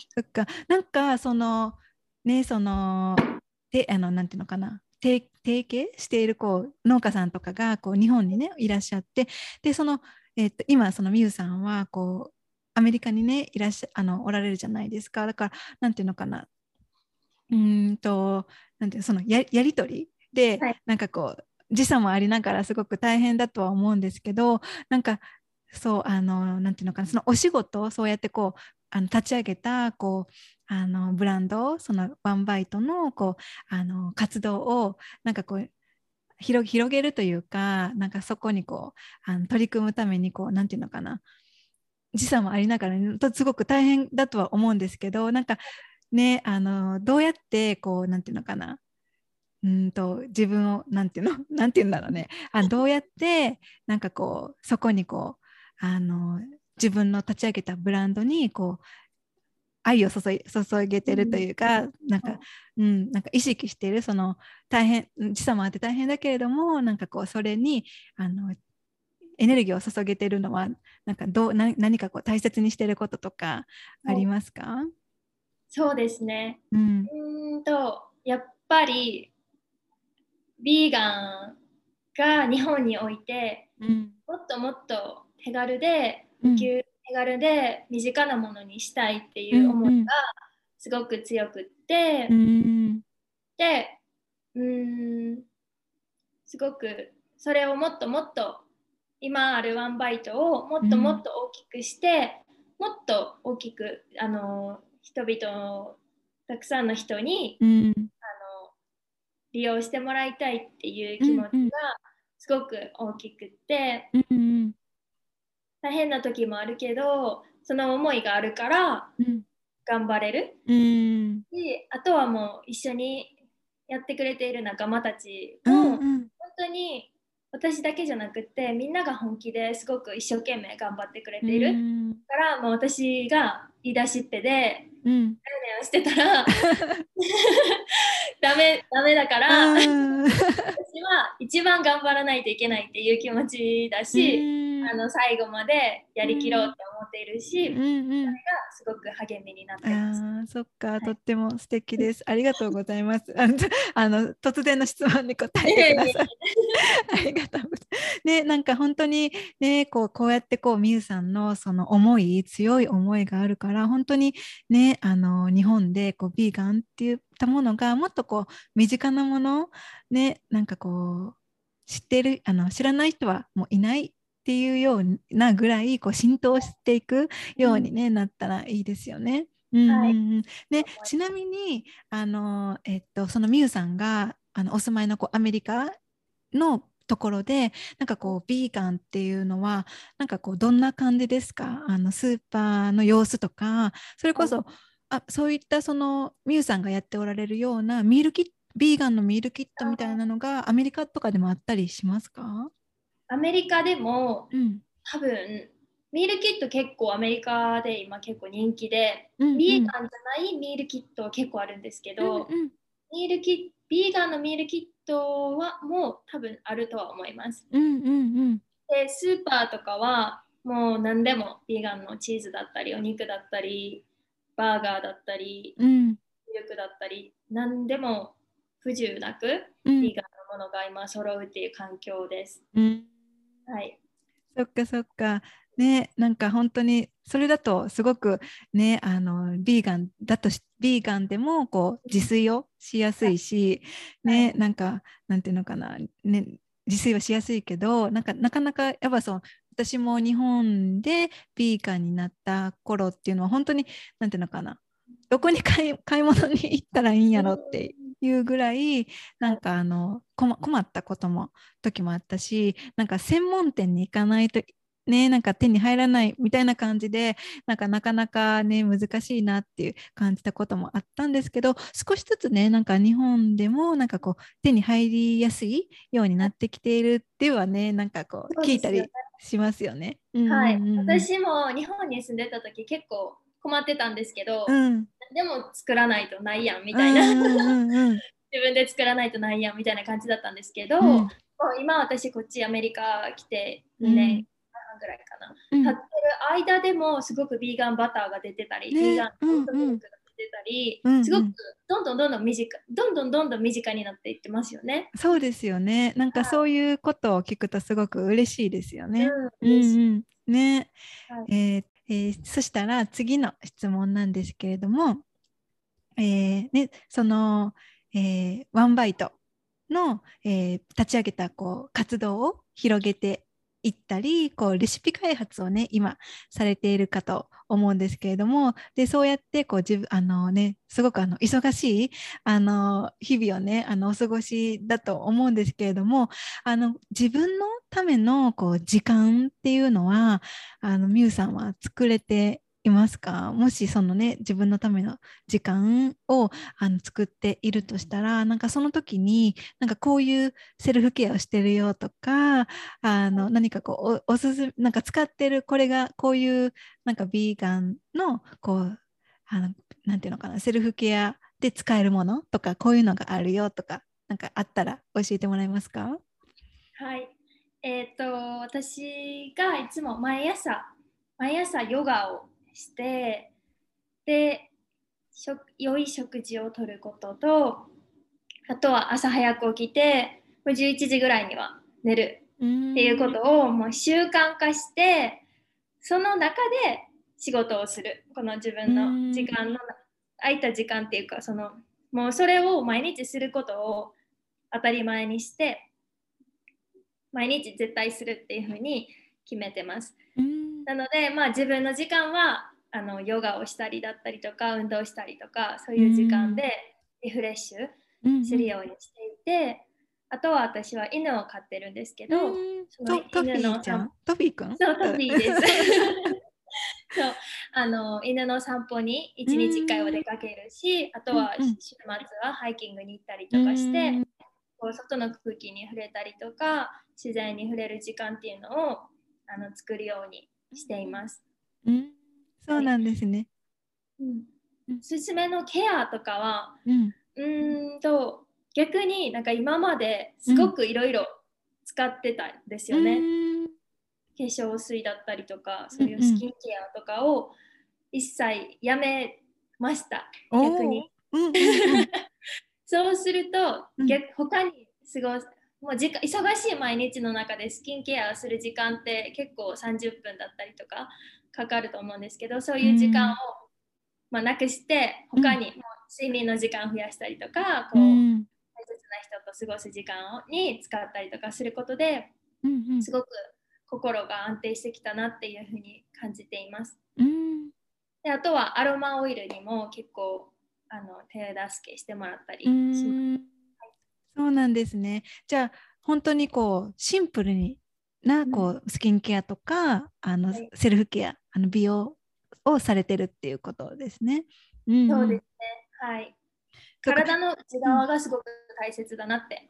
そっか、なんか、その、ね、その、で、あの、なんていうのかな、提、提携しているこう農家さんとかがこう日本にね、いらっしゃって、で、その、えっと、今、そのみゆさんは、こう、アメリカにね、いらっしゃ、あの、おられるじゃないですか。だから、なんていうのかな、うーんと、なんていうの、そのや、やりとりで、 はい。 なんかこう、時差もありながらすごく大変だとは思うんですけど、なんか、そう、あの、なんていうのかな、そのお仕事をそうやってこう、あの立ち上げた、こう、あの、ブランド、そのワンバイトの、こう、あの、活動を、なんかこう、広、広げるというか、なんかそこにこう、あの取り組むために、こう、なんていうのかな、時差もありながらね、とすごく大変だとは思うんですけど、なんかね、あの、どうやって、こう、なんていうのかな、うんと、自分を、なんていうの、なんていうんだろうね、あ、どうやって、なんかこう、そこにこう、あの、自分の立ち上げたブランドに、こう、愛を注い、注げてるとうん、 いうか、なんか、うん、なんか意識している、その、大変、時差もあって大変だけれども、なんかこう、それに、あの、エネルギーを注げてるのは、なんかどう、な何かこう大切にしてることとかありますか？ そうですね。 うん。 うーんと、やっぱり、ビーガンが日本において、 うん。 もっともっと手軽で、 うん。 普及、手軽で身近なものにしたいってうん。 いう思いがうん。 すごく強くっうて、 ん。 で、うーん、すごくそれをもっともっと今あるワンバイトをもっともっうん。 と大きくしてもっと大きくあの人々をたくさんの人に、 うん、 あの利用してもらいたいっていううん、 気持ちがうん、 すごく大きくって、 うん、 大変な時もあるけどその思いがあるからうん、 頑張れるうん、 し、あとはもう一緒にやってくれている仲間たちうん、 も本うん、 当に私だけじゃなくてみんなが本気ですごく一生懸命頑張ってくれうているん、 からもう私が言い出しっぺでうん、 をしてたらダメ、ダメだかうらん、 私は一番頑張らないといけないっていう気持ちだうし、 ん、 あの最後までやりきろうって思っているし、それうん、うん。 がすごく励みになってます。 ああ、そっか、 はい、 とっても素敵です。ありがとうございます。あの、あの突然の質問に答えてください。 いえいえありがとうございます。ね、なんか本当にね、こう、こうやってこう、みゆさんのその思い、強い思いがあるから、本当にね、あの、日本でこう、ビーガンって言ったものが、もっとこう、身近なもの、ね、なんかこう、知ってる、あの、知らない人はもういないっていうようなぐらい、こう、浸透していくように、ね、なったらいいですよね。うんうはい、 んうん。で、ちなみに、あの、えっと、そのみゆさんが、あの、お住まいのこうアメリカのところで、なんかこう、ビーガンっていうのは、なんかこう、どんな感じですか？あの、スーパーの様子とか、それこそ、あ、そういったその、ミュウさんがやっておられるようなミールキット、ビーガンのミールキットみたいなのがアメリカとかでもあったりしますか？ アメリカでもうん。 多分ミールキット結構アメリカで今結構人気で、 うんうん。 ビーガンじゃないミールキットは結構あるんですけうんど、 うん。 ミールキビーガンのミールキットはもう多分あるとは思います。 うんうんうん。 で、スーパーとかはもう何でもビーガンのチーズだったりお肉だったりバーガーだったりうん。 ミルクだったり何でも不自由なくうん。 ビーガンのものが今揃うっていう環境です。 うん。 はい。 そっかそっか。ね、なんか本当に、それだとすごくね、あの、ビーガンだとし、ビーガンでもこう自炊をしやすいし、ね、 はい。 なんか、なんていうのかな、ね、自炊はしやすいけど、なんか、なかなか、やっぱそう、私も日本でビーガンになった頃っていうのは、本当に、なんていうのかな、どこに買い、買い物に行ったらいいんやろっていうぐらい、なんはい。 かあの、困困ったことも、時もあったし、なんか専門店に行かないとね、なんか手に入らないみたいな感じで、なんかなかなかね、難しいなっていう感じたこともあったんですけど、少しずつね、なんか日本でもなんかこう手に入りやすいようになってきているってはね、なんかこうそうですよね。 聞いたりしますよね。うんうはい。 んうん私も日本に住んでた時結構困ってたんですけど、 うん。うん。 でも作らないとないやんみうんたいな。 うんうんうん。 自分で作らないとないやんみたいな感じだったんですけど、もううん今私こっちアメリカ来てにねんうんはんぐらいかな。 うん経ってる間でもすごくビーガンバターが出てたり、ビーガね、 ンうんオートミうんルクが出てたり、すごくうんうん。 どんどんどんどん身近、どんどんどんどん身近になっていってますよね。 そうですよね。なんかそういうことを聞くとすごく嬉しいですよね。 うん、 うん嬉しい。 うん。ね。 はい。 えーえーそしたら次の質問なんですけれども、えーね、その、えーワンバイトの、えー立ち上げたこう活動を広げていったり、こうレシピ開発をね、今されているかと思うんですけれども、で、そうやってこう自分、あのね、すごくあの忙しいあの日々をね、あのお過ごしだと思うんですけれども、あの自分のためのこう時間っていうのは、あのミュウさんは作れていますか？もしそのね、自分のための時間をあの作っているとしたら、なんかその時に、なんかこういうセルフケアをしてるよとか、あの何かこうお、おすすめ、なんか使ってるこれがこういうなんかビーガンのこう、あの、なんていうのかな、セルフケアで使えるものとか、こういうのがあるよとか、なんかあったら教えてもらえますか？ はい。えっと、私がいつも毎朝、毎朝ヨガをして、で、食良い食事をとることと、あとは朝早く起きて、じゅういちじぐらいには寝るうーっていうこん、 とをもう習慣化して、その中で仕事をする。この自う分のーん、 時間の、空いた時間っていうか、その、もうそれを毎日することを当たり前にして、毎日絶対するっていうふうに決めてます。 うーん、 なので、まあ、自分の時間はあのヨガをしたりだったりとか運動したりとかそういう時間でリフレッシュするようにしていて、あとは私は犬を飼ってるんですけど、 うん、 そのトトフ犬のィーちゃんトフィーくんそうトフィーですそうあの犬の散歩にいちにちいっかいは出かけるし、あとは週末はハイキングに行ったりとかして、こう外の空気に触れたりとか自然に触れる時間っていうのをあの作るようにしています。 うん、そうなんですね。 はい、うん、おすすめのケアとかは、 うん、 うーんと逆になんか今まですごくいろいろ使ってたんですよね。 うん、 化粧水だったりとかそういうスキンケアとかを一切やめました、逆に。うんうんうん、そうすると、うん、逆他に過ごすもう時間忙しい毎日の中でスキンケアする時間って結構さんじゅっぷんだったりとかかかると思うんですけど、そういう時間を、まあ、なくして他にも睡眠の時間を増やしたりとか、こう大切な人と過ごす時間に使ったりとかすることで、すごく心が安定してきたなっていうふうに感じています。であとはアロマオイルにも結構あの手助けしてもらったりします。はい、 そうなんですね。じゃあ本当にこうシンプルになこうスキンケアとかあの、はい、セルフケアあの美容をされてるっていうことですね。 うんうん、そうですね。はい。体の内側がすごく大切だなって。 うん、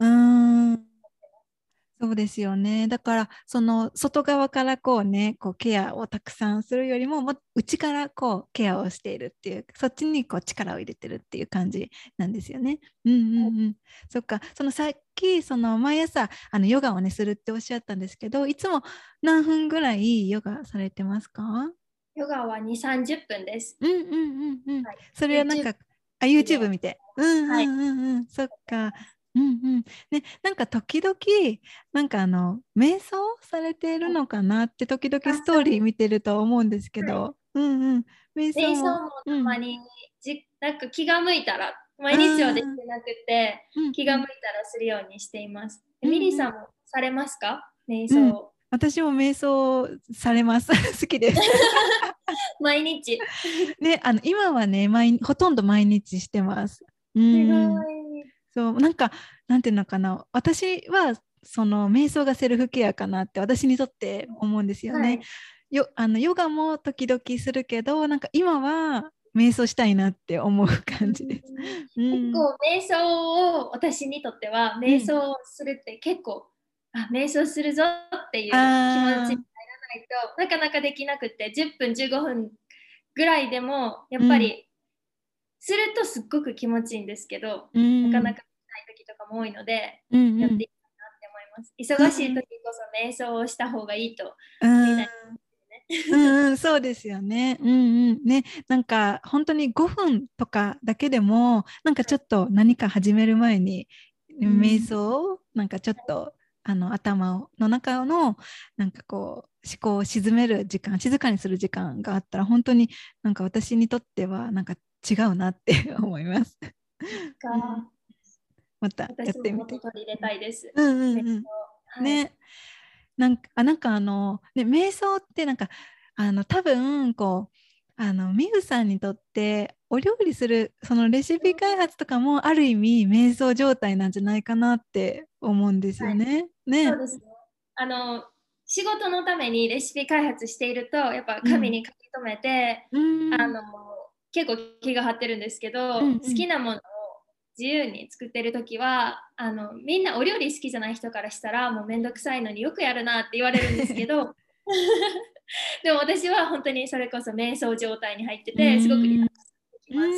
うんそうですよね。だからその外側からこうねこうケアをたくさんするよりもも内からこうケアをしているっていうそっちにこう力を入れてるっていう感じなんですよね。うんうんうん。はい、そっかそのさっきその毎朝あのヨガをねするっておっしゃったんですけどいつも何分ぐらいヨガされてますか？ ヨガはにじゅう、さんじゅっぷんです。 うんうんうんうん。はい、それはなんか YouTube あ YouTube 見て。うんうんうんうん。はい、そっか。うんうんね、なんか時々なんかあの瞑想されているのかなって時々ストーリー見てると思うんですけど、はい、うんうん瞑想も、瞑想もたまに、うん、じなんか気が向いたら毎日はできてなくて、うん、気が向いたらするようにしています。うんうん、ミリさんもされますか瞑想、うん、 私も瞑想されます好きです毎日ね、あの今はね毎ほとんど毎日してます。うん、すごい。そうなんかなんていうのかな私はその瞑想がセルフケアかなって私にとって思うんですよね。はい、よあのヨガも時々するけどなんか今は瞑想したいなって思う感じです。 うん、結構瞑想を私にとっては瞑想するって結構、うん、あ瞑想するぞっていう気持ちにならないとなかなかできなくてじゅっぷんじゅうごふんぐらいでもやっぱり、うん、するとすっごく気持ちいいんですけど、うん、なかなかできない時とかも多いので、うんうん、やっていきたいなって思います。忙しい時こそ瞑想をした方がいいとみんなにうんうん、そうですよね。うんうんね、なんか本当にごふんとかだけでもなんかちょっと何か始める前に、はい、瞑想をなんかちょっと、はい、あの頭の中のなんかこう思考を鎮める時間静かにする時間があったら本当になんか私にとってはなんか違うなって思います。うん、またやってみて。 私ももっと取り入れたいです。 うんうんうん。はい、ね。なんかあなんかあのね瞑想ってなんかあの多分こうあのミフさんにとってお料理するそのレシピ開発とかもある意味瞑想状態なんじゃないかなって思うんですよね。はい、ね。 そうですね。あの仕事のためにレシピ開発しているとやっぱ紙に書き留めて、うん、あの結構気が張ってるんですけど、うんうん、好きなものを自由に作ってる時はあのみんなお料理好きじゃない人からしたらもうめんどくさいのによくやるなって言われるんですけどでも私は本当にそれこそ瞑想状態に入っててすごくリラックスできます。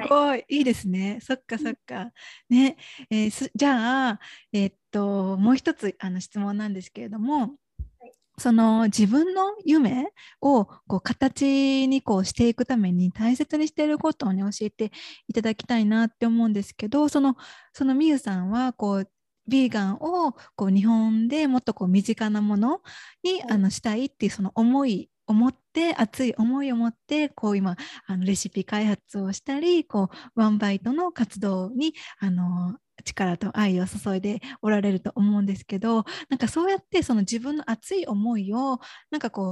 すごい、はい、いいですね。そっかそっか。ね、えー、じゃあ、えー、っともう一つあの質問なんですけれども、その自分の夢をこう形にこうしていくために大切にしていることをね教えていただきたいなって思うんですけど、そのそのみゆさんはこうビーガンをこう日本でもっとこう身近なものに、はい、あのしたいっていうその思い思って熱い思いを持ってこう今あのレシピ開発をしたりこうワンバイトの活動にあの力と愛を注いでおられると思うんですけど、なんかそうやってその自分の熱い思いをなんかこう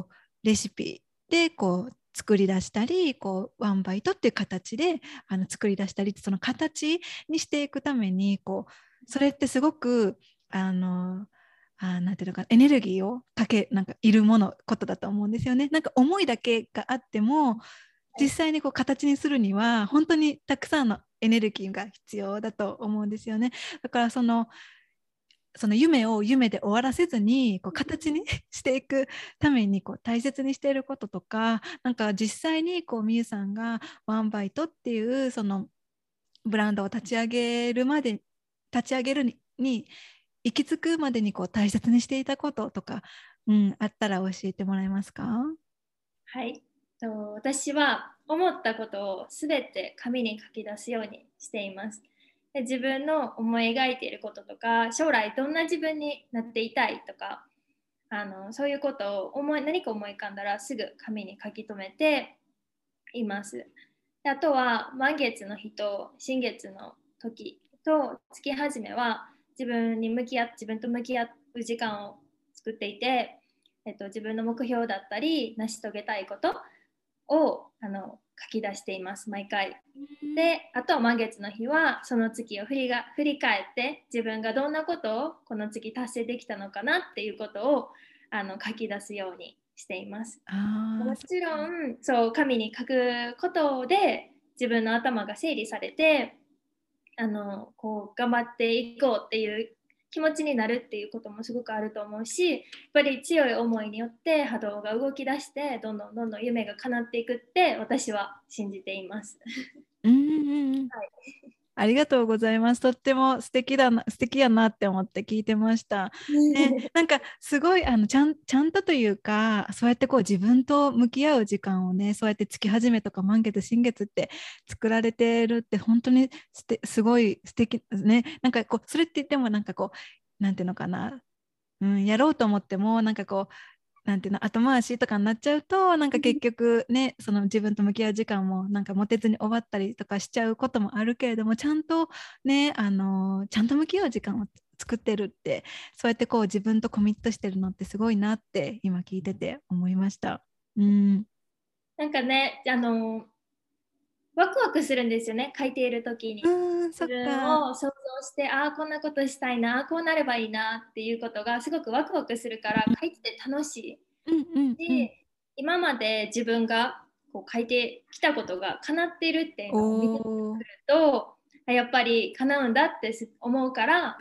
レシピでこう作り出したり、こうワンバイトっていう形であの作り出したり、その形にしていくためにこうそれってすごくあのあなんていうのかエネルギーをかけなんかいるものことだと思うんですよね。なんか思いだけがあっても実際にこう形にするには本当にたくさんのエネルギーが必要だと思うんですよね。だからそのその夢を夢で終わらせずにこう形にしていくためにこう大切にしていることとか、なんか実際にこうみゆさんがワンバイトっていうそのブランドを立ち上げるまで立ち上げるにに行き着くまでにこう大切にしていたこととか、うん、あったら教えてもらえますか？ はい。と私は思ったことをすべて紙に書き出すようにしています。で自分の思い描いていることとか、将来どんな自分になっていたいとか、あのそういうことを思い何か思い浮かんだらすぐ紙に書き留めています。であとは満月の日と新月の時と月始めは自分に向き合っ自分と向き合う時間を作っていて、えっと、自分の目標だったり成し遂げたいことをあの書き出しています毎回。であとは満月の日はその月を振りが振り返って自分がどんなことをこの月達成できたのかなっていうことをあの書き出すようにしています。 あーもちろんそう紙に書くことで自分の頭が整理されてあのこう頑張っていこうっていう気持ちになるっていうこともすごくあると思うし、やっぱり強い思いによって波動が動き出してどんどんどんどん夢が叶っていくって私は信じています。 うんうんうん、 はい、 ありがとうございます。とっても素敵だな、素敵やなって思って聞いてました。ね、なんかすごいあのちゃん、ちゃんとというか、そうやってこう自分と向き合う時間をね、そうやって月始めとか満月、新月って作られてるって本当にすてすごい素敵ね。なんかこう、それって言ってもなんかこう、なんていうのかな、うん、やろうと思ってもなんかこう、なんていうの後回しとかになっちゃうとなんか結局ねその自分と向き合う時間もなんか持てずに終わったりとかしちゃうこともあるけれども、ちゃんとねあのちゃんと向き合う時間を作ってるって、そうやってこう自分とコミットしてるのってすごいなって今聞いてて思いました。うん、 なんかねあのワクワクするんですよね書いている時に。 うん、そ自っか。 分を想像してああこんなことしたいなこうなればいいなっていうことがすごくワクワクするから書いてて楽しうんうんいうん。 し、今まで自分がこう書いてきたことが叶ってるっていうおのを見てくるー、 とやっぱり叶うんだって思うからうん。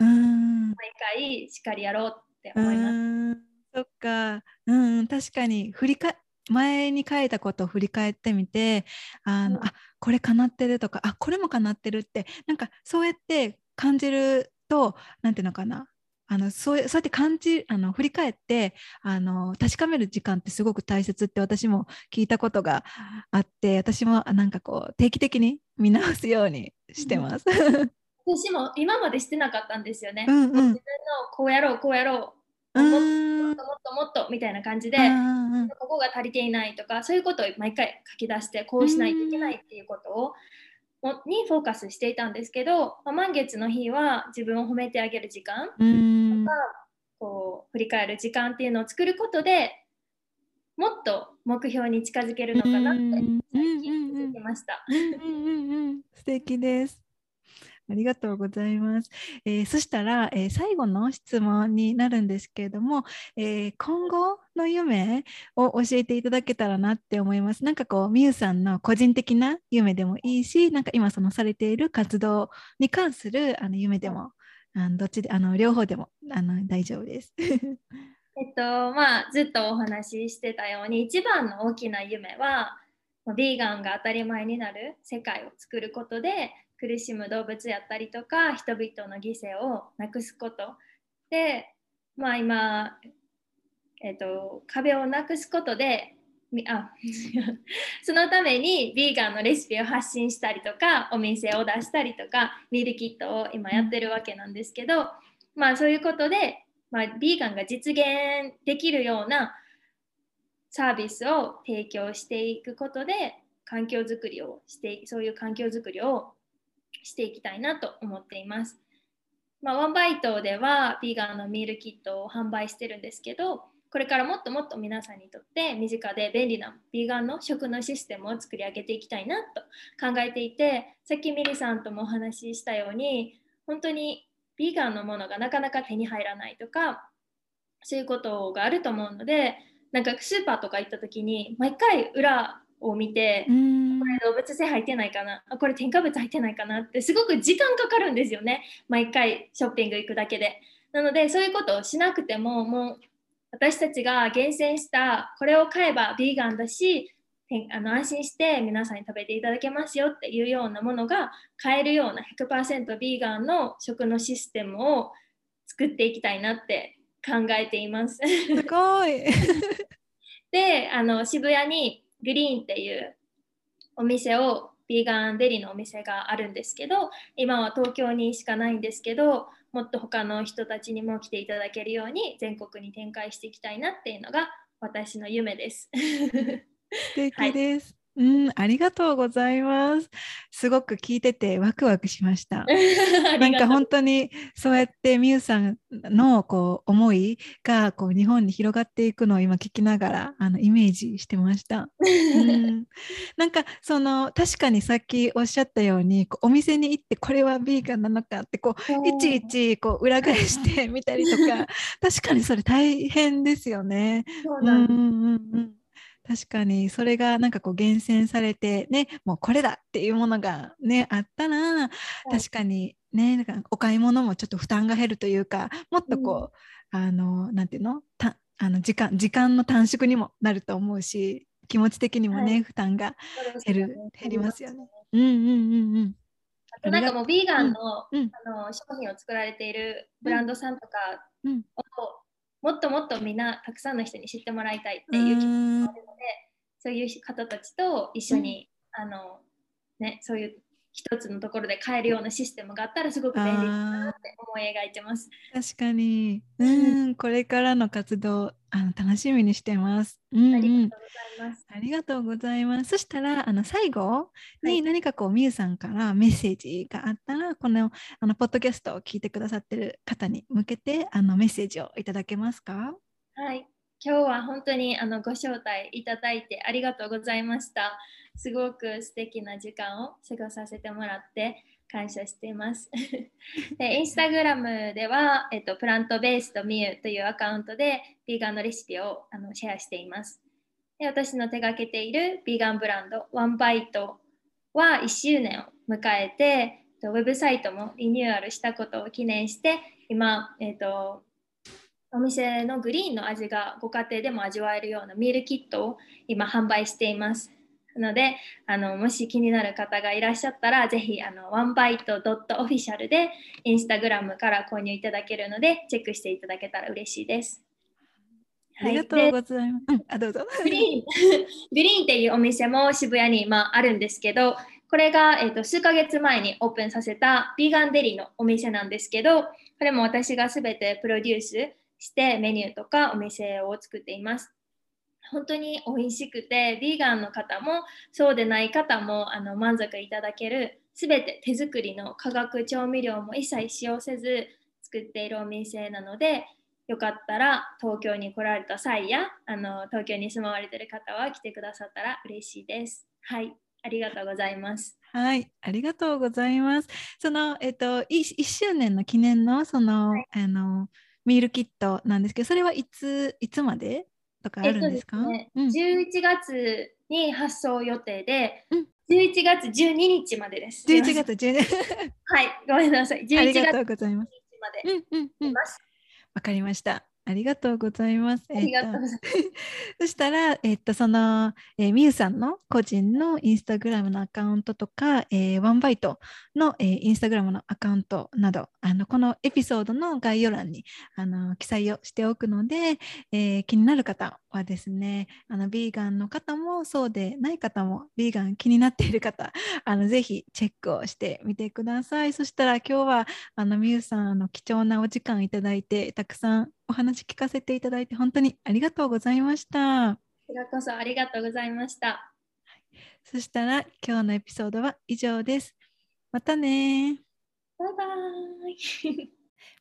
毎回しっかりやろうってう思います。 ーん、そっか。うん、確かに振りか、前に書いたことを振り返ってみて、あの、 うん、 あ、これ叶ってるとか、あ、これも叶ってるって、なんかそうやって感じると、なんていうのかな。あのそうそうやって感じあの振り返ってあの確かめる時間ってすごく大切って私も聞いたことがあって、私もあなんかこう定期的に見直すようにしてます。 私も今までしてなかったんですよね。 うんうん。 もう自分のこうやろうこうやろううもっともーん。 っともっともっとみたいな感じあでーここが足りていないとかそういうことを毎回書き出してこううしないといけーん。 ないっていうことをもにフォーカスしていたんですけど、まあ、満月の日は自分を褒めてあげる時間とかうーん。 こう振り返る時間っていうのを作ることでもっと目標に近づけるうーのかなってん、うん、 最近気うん、うん、 づきました。 うん、うん、うん、素敵です。ありがとうございます。えーそしたら、えー最後の質問になるんですけれども、えー今後の夢を教えていただけたらなって思います。なんかこう、みゆさんの個人的な夢でもいいし、なんか今そのされている活動に関するあの夢でも、あのどっちで、あの両方でもあの大丈夫です。 えっとまあ、ずっとお話ししてたように一番の大きな夢はヴィーガンが当たり前になる世界を作ることで苦しむ動物やったりとか人々の犠牲をなくすことで、まあ、今、えっと、壁をなくすことであそのためにヴィーガンのレシピを発信したりとかお店を出したりとかミールキットを今やってるわけなんですけど、まあ、そういうことで、まあ、ヴィーガンが実現できるようなサービスを提供していくことで環境づくりをしてそういう環境づくりをしていきたいなと思っています。まあ、ワンバイトではヴィーガンのミールキットを販売してるんですけどこれからもっともっと皆さんにとって身近で便利なビーガンの食のシステムを作り上げていきたいなと考えていて、さっきミリさんともお話ししたように、本当にビーガンのものがなかなか手に入らないとか、そういうことがあると思うので、なんかスーパーとか行った時に毎回裏を見て、 うーんこれ動物性入ってないかな、あこれ添加物入ってないかなってすごく時間かかるんですよね、毎回ショッピング行くだけで。なのでそういうことをしなくても、もう私たちが厳選したこれを買えばビーガンだし、あの安心して皆さんに食べていただけますよっていうようなものが買えるような ひゃくパーセント ビーガンの食のシステムを作っていきたいなって考えています。 すごい。 で、あの渋谷にグリーンっていうお店を、ビーガンデリのお店があるんですけど、今は東京にしかないんですけど、もっと他の人たちにも来ていただけるように全国に展開していきたいなっていうのが私の夢です。 素はい。 敵です。うん、ありがとうございます。すごく聞いててワクワクしました。 あなんかりがとう。 本当にそうやってみゆさんのこう思いがこう日本に広がっていくのを今聞きながらあのイメージしてました。うん、なんかその確かにさっきおっしゃったようにこうお店に行ってこれはビーガンなのかってこういちいちこう裏返してみたりとか確かにそれ大変ですよね。うんうんそうなんです。 うんうん。確かにそれがなんかこう厳選されてねもうこれだっていうものがねあったらはい。 確かにねなんかお買い物もちょっと負担が減るというかもっうん、 とこうあのなんていうのたあの時間時間の短縮にもなると思うし気持ち的にもはい。 ね負担がそうです減よね。 る減ありますよね。 りますよね。うんうんうんうん。 あとなんかありがともうビーガう。うんンの、あうんの商品を作られているブうんランドさんとかうんをもっともっとみんなたくさんの人に知ってもらいたいっうていう気持ちーんがあるので、そういう方たちと一うん緒にあの、ね、そういう一つのところで買えるようなシステムがあったらすごく便利だなあーって思い描いてます。 確かに。ううん、 ーん、これからの活動、あの、楽しみにしてます。うんうん。 ありがとうございます。 ありがとうございます。そしたら、あの、最後はい。 に何かこう、みゆさんからメッセージがあったら、この、あの、ポッドキャストを聞いてくださってる方に向けて、あの、メッセージをいただけますか？ はい。今日は本当にあのご招待いただいてありがとうございました。すごく素敵な時間を過ごさせてもらって感謝しています。で、インスタグラムでは、えっと、プラントベースとミュというアカウントでビーガンのレシピをあのシェアしています。で、私の手掛けているビーガンブランドワンバイトはいっしゅうねんを迎えて、ウェブサイトもリニューアルしたことを記念して、今、えっと、お店のグリーンの味がご家庭でも味わえるようなミールキットを今販売しています。なので、あのもし気になる方がいらっしゃったら、ぜひあのワンバイトドットオフィシャルでインスタグラムから購入いただけるので、チェックしていただけたら嬉しいです。 ありはい。 がとうで、 ございます。うん、あ、どうぞ。 グリーングリーンっていうお店も渋谷に、まあ、あるんですけど、これが、えーと、数ヶ月前にオープンさせたビーガンデリのお店なんですけど、これも私がすべてプロデュースしてメニューとかお店を作っています。本当に美味しくて、ビーガンの方もそうでない方もあの満足いただける、すべて手作りの化学調味料も一切使用せず作っているお店なので、よかったら東京に来られた際やあの東京に住まわれている方は来てくださったら嬉しいです。はい、ありがとうございます。 はい、ありがとうございます。その、えっと、いいっしゅうねんの記念の、その、あの、ミールキットなんですけど、それはいつ、いつまでとかあえっとでるんですか？ すね、 うん。 じゅういちがつに発送予定で、 うん。 じゅういちがつじゅうににちまでです。す 11 みません。 月じゅうに、 はい、ごめんなさい。11 ありが月とうございます。 じゅうににちまでうんうんうん。 います。 わかりました。ありがとうございます。 あえっと、 りがとうございます。 そしたら、えっと、その、えー、みゆさんの個人のインスタグラムのアカウントとか、えー、ワンバイトの、えー、インスタグラムのアカウントなど、あの、このエピソードの概要欄に、あの、記載をしておくので、えー、気になる方はですね、あの、ビーガンの方もそうでない方も、ビーガン気になっている方、あの、ぜひチェックをしてみてください。そしたら今日は、あの、みゆさん、あの、貴重なお時間いただいて、たくさんお話聞かせていただいて、本当にありがとうございました。 こちらこそありがとうございました。 そしたら、今日のエピソードは以上です。またね。 バイバーイ。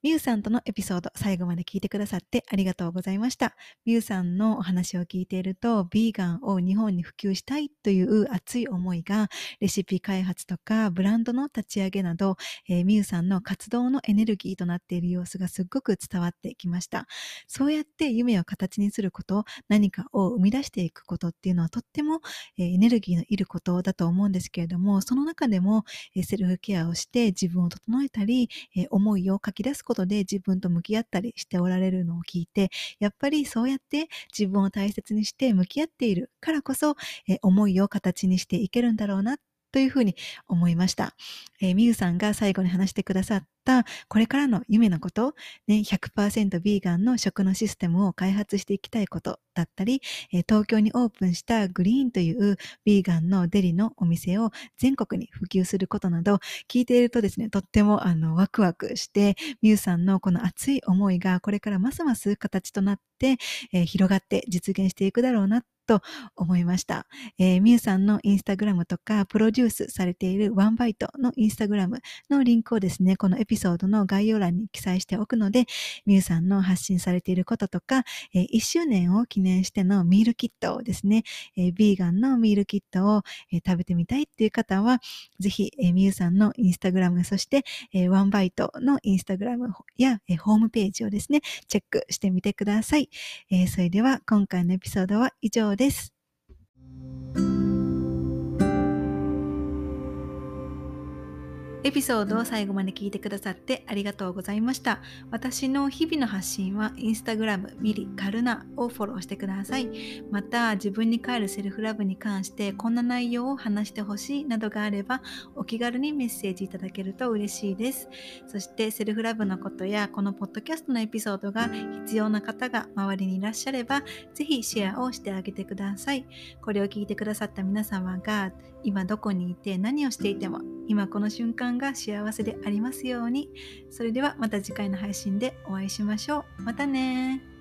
みゆさんとのエピソード、最後まで聞いてくださってありがとうございました。みゆさんのお話を聞いていると、ビーガンを日本に普及したいという熱い思いが、レシピ開発とかブランドの立ち上げなど、えー、みゆさんの活動のエネルギーとなっている様子がすっごく伝わってきました。そうやって夢を形にすること、何かを生み出していくことっていうのはとっても、えーエネルギーのいることだと思うんですけれども、その中でも、えーセルフケアをして自分を整えたり、えー思いを書き出すことで自分と向き合ったりしておられるのを聞いて、やっぱりそうやって自分を大切にして向き合っているからこそ、えー思いを形にしていけるんだろうなというふうに思いました。えー、みゆさんが最後に話してくださったこれからの夢のこと、ね、ひゃくパーセントビーガンの食のシステムを開発していきたいことだったり、えー東京にオープンしたグリーンというビーガンのデリのお店を全国に普及することなど、聞いているとですね、とってもあのワクワクして、みゆさんのこの熱い思いがこれからますます形となって、えー広がって実現していくだろうなと思いました。えー、みゆさんのインスタグラムとかプロデュースされているワンバイトのインスタグラムのリンクをですね、このエピソードの概要欄に記載しておくので、みゆさんの発信されていることとか、えーいっしゅうねんを記念してのミールキットをですね、えービーガンのミールキットを、えー食べてみたいっていう方は、ぜひ、えーみゆさんのインスタグラム、そして、えーワンバイトのインスタグラムや、えーホームページをですね、チェックしてみてください。えーそれでは今回のエピソードは以上です。エピソードを最後まで聞いてくださってありがとうございました。私の日々の発信はインスタグラムミリカルナをフォローしてください。また自分に帰るセルフラブに関してこんな内容を話してほしいなどがあればお気軽にメッセージいただけると嬉しいです。そしてセルフラブのことやこのポッドキャストのエピソードが必要な方が周りにいらっしゃればぜひシェアをしてあげてください。これを聞いてくださった皆様が今どこにいて何をしていても今この瞬間が幸せでありますように。それではまた次回の配信でお会いしましょう。またね。